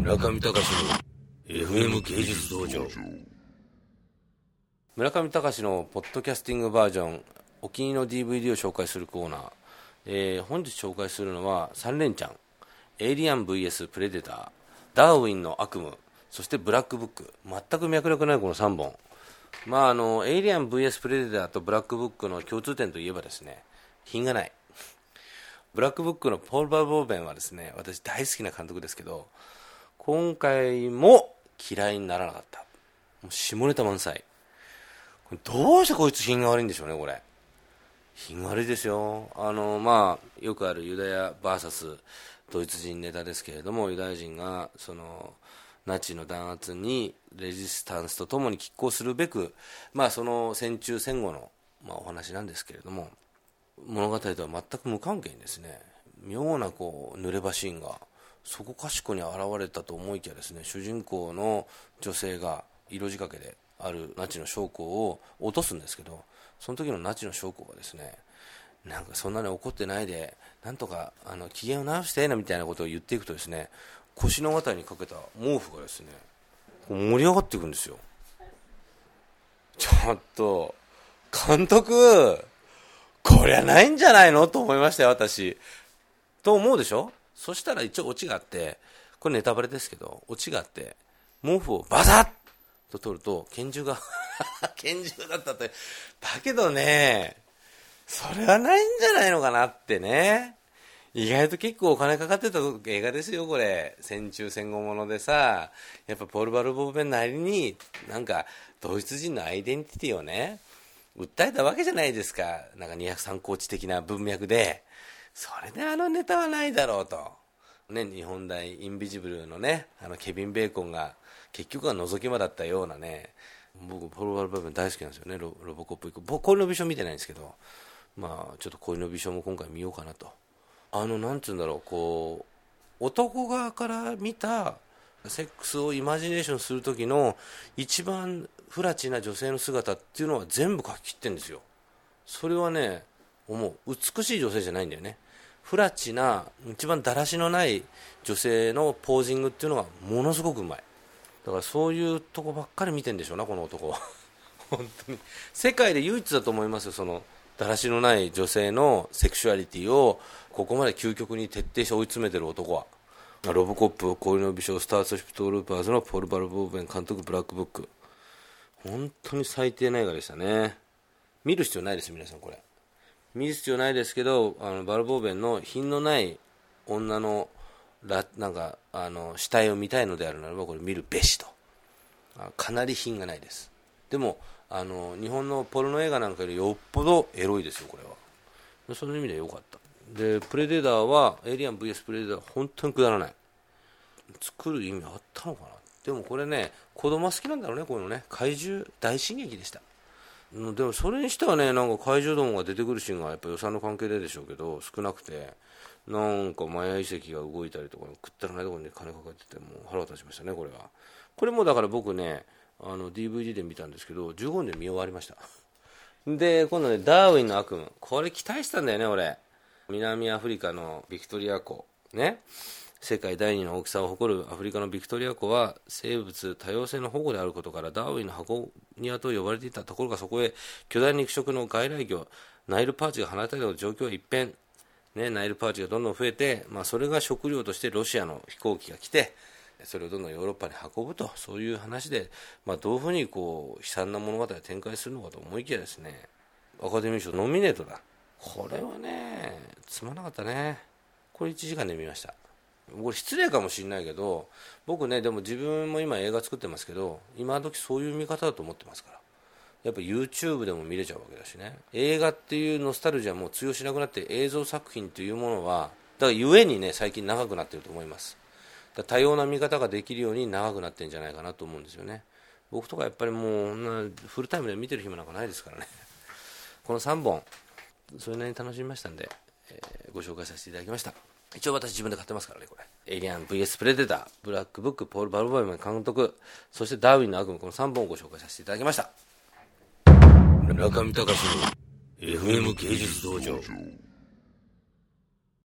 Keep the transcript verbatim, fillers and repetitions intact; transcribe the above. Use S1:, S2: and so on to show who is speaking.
S1: 村上隆の エフエム 芸術道場。村上隆のポッドキャスティングバージョン、お気に入りの ディーブイディー を紹介するコーナー、えー、本日紹介するのはさん連チャン、エイリアン ブイエス プレデター、ダーウィンの悪夢、そしてブラックブック。全く脈絡ないこのさんぼん。まああのエイリアン ブイエス プレデターとブラックブックの共通点といえばですね、品がない。ブラックブックのポール・バルボーベンはですね、私大好きな監督ですけど、今回も嫌いにならなかった。もう下ネタ満載。どうしてこいつ品が悪いんでしょうね。これ品悪いですよ。あのまあよくあるユダヤ ブイエス ドイツ人ネタですけれども、ユダヤ人がそのナチの弾圧にレジスタンスとともに拮抗するべく、まあその戦中戦後の、まあ、お話なんですけれども、物語とは全く無関係にですね、妙なこう濡れ場シーンがそこかしこに現れたと思いきやですね、主人公の女性が色仕掛けであるナチの将校を落とすんですけど、その時のナチの将校がですね、なんかそんなに怒ってないでなんとかあの機嫌を直してなみたいなことを言っていくとですね、腰の辺りにかけた毛布がですねこう盛り上がっていくんですよ。ちょっと監督、こりゃないんじゃないのと思いましたよ、私。と思うでしょ。そしたら一応オチがあって、これネタバレですけど、オチがあって、毛布をバサッと取ると拳銃が拳銃だったって。だけどね、それはないんじゃないのかなってね。意外と結構お金かかってた映画ですよ、これ。戦中戦後ものでさ、やっぱポール・バルボーベンなりになんかドイツ人のアイデンティティをね訴えたわけじゃないですか。なんかにひゃくさんコーチ的な文脈で、それであのネタはないだろうと、ね、日本大インビジブルのね、あのケビン・ベーコンが結局は覗き魔だったようなね。僕ポール・バルボーベン大好きなんですよね。 ロ, ロボコップ行く。僕恋の美少見てないんですけど、まあちょっと恋の美少も今回見ようかなと。あのなんつうんだろう、こう男側から見たセックスをイマジネーションする時の一番不埒な女性の姿っていうのは全部書き切ってるんですよ。それはね、思う。美しい女性じゃないんだよね。不埒な一番だらしのない女性のポージングっていうのがものすごくうまい。だからそういうとこばっかり見てんでしょうな、この男は。本当に世界で唯一だと思いますよ、そのだらしのない女性のセクシュアリティをここまで究極に徹底して追い詰めてる男は。ロボコップ、恋の美少、スター・シップ・トールーパーズのポール・バルボーベン監督、ブラックブック。本当に最低な映画でしたね。見る必要ないです皆さん。これ見る必要ないですけど、あのバルボーベンの品のない女のラなんかあの死体を見たいのであるならば、これ見るべしと。かなり品がないです。でもあの日本のポルノ映画なんかよりよっぽどエロいですよ、これは。その意味で良かった。でプレデターはエイリアン ブイエス プレデターは本当にくだらない。作る意味あったのかな。でもこれね、子供は好きなんだろうね、こういうのね。怪獣大進撃でした。でもそれにしてはね、なんか怪獣どもが出てくるシーンがやっぱ予算の関係ででしょうけど少なくて、なんかマヤ遺跡が動いたりとか食ったらないところに金かかってて、もう腹立ちましたね。これはこれもだから僕ね、あの ディーブイディー で見たんですけどじゅうごふんで見終わりました。で今度ね、ダーウィンの悪夢、これ期待したんだよね俺。南アフリカのビクトリア湖ね、世界第二の大きさを誇るアフリカのビクトリア湖は生物多様性の保護であることからダーウィンの箱庭と呼ばれていたところが、そこへ巨大肉食の外来魚ナイルパーチが放たれたと状況は一変、ね、ナイルパーチがどんどん増えて、まあ、それが食料としてロシアの飛行機が来てそれをどんどんヨーロッパに運ぶと、そういう話で、まあ、どういうふうにこう悲惨な物語を展開するのかと思いきやですね、アカデミー賞ノミネートだ。これはねつまらなかったね。これいちじかんで見ました。これ失礼かもしれないけど、僕ね、でも自分も今映画作ってますけど、今時そういう見方だと思ってますから。やっぱ YouTube でも見れちゃうわけだしね。映画っていうノスタルジーはもう通用しなくなって、映像作品というものはだからゆえにね、最近長くなってると思います。だ多様な見方ができるように長くなってるんじゃないかなと思うんですよね。僕とかやっぱりもうフルタイムで見てる暇なんかないですからね。このさんぼんそれなりに楽しみましたんで、えー、ご紹介させていただきました。一応私自分で買ってますからね、これ。エイリアン ブイエス プレデター、ブラックブック、ポール・バルボーベン監督、そしてダーウィンの悪夢、このさんぼんをご紹介させていただきました。村上隆の エフエム 芸術道場。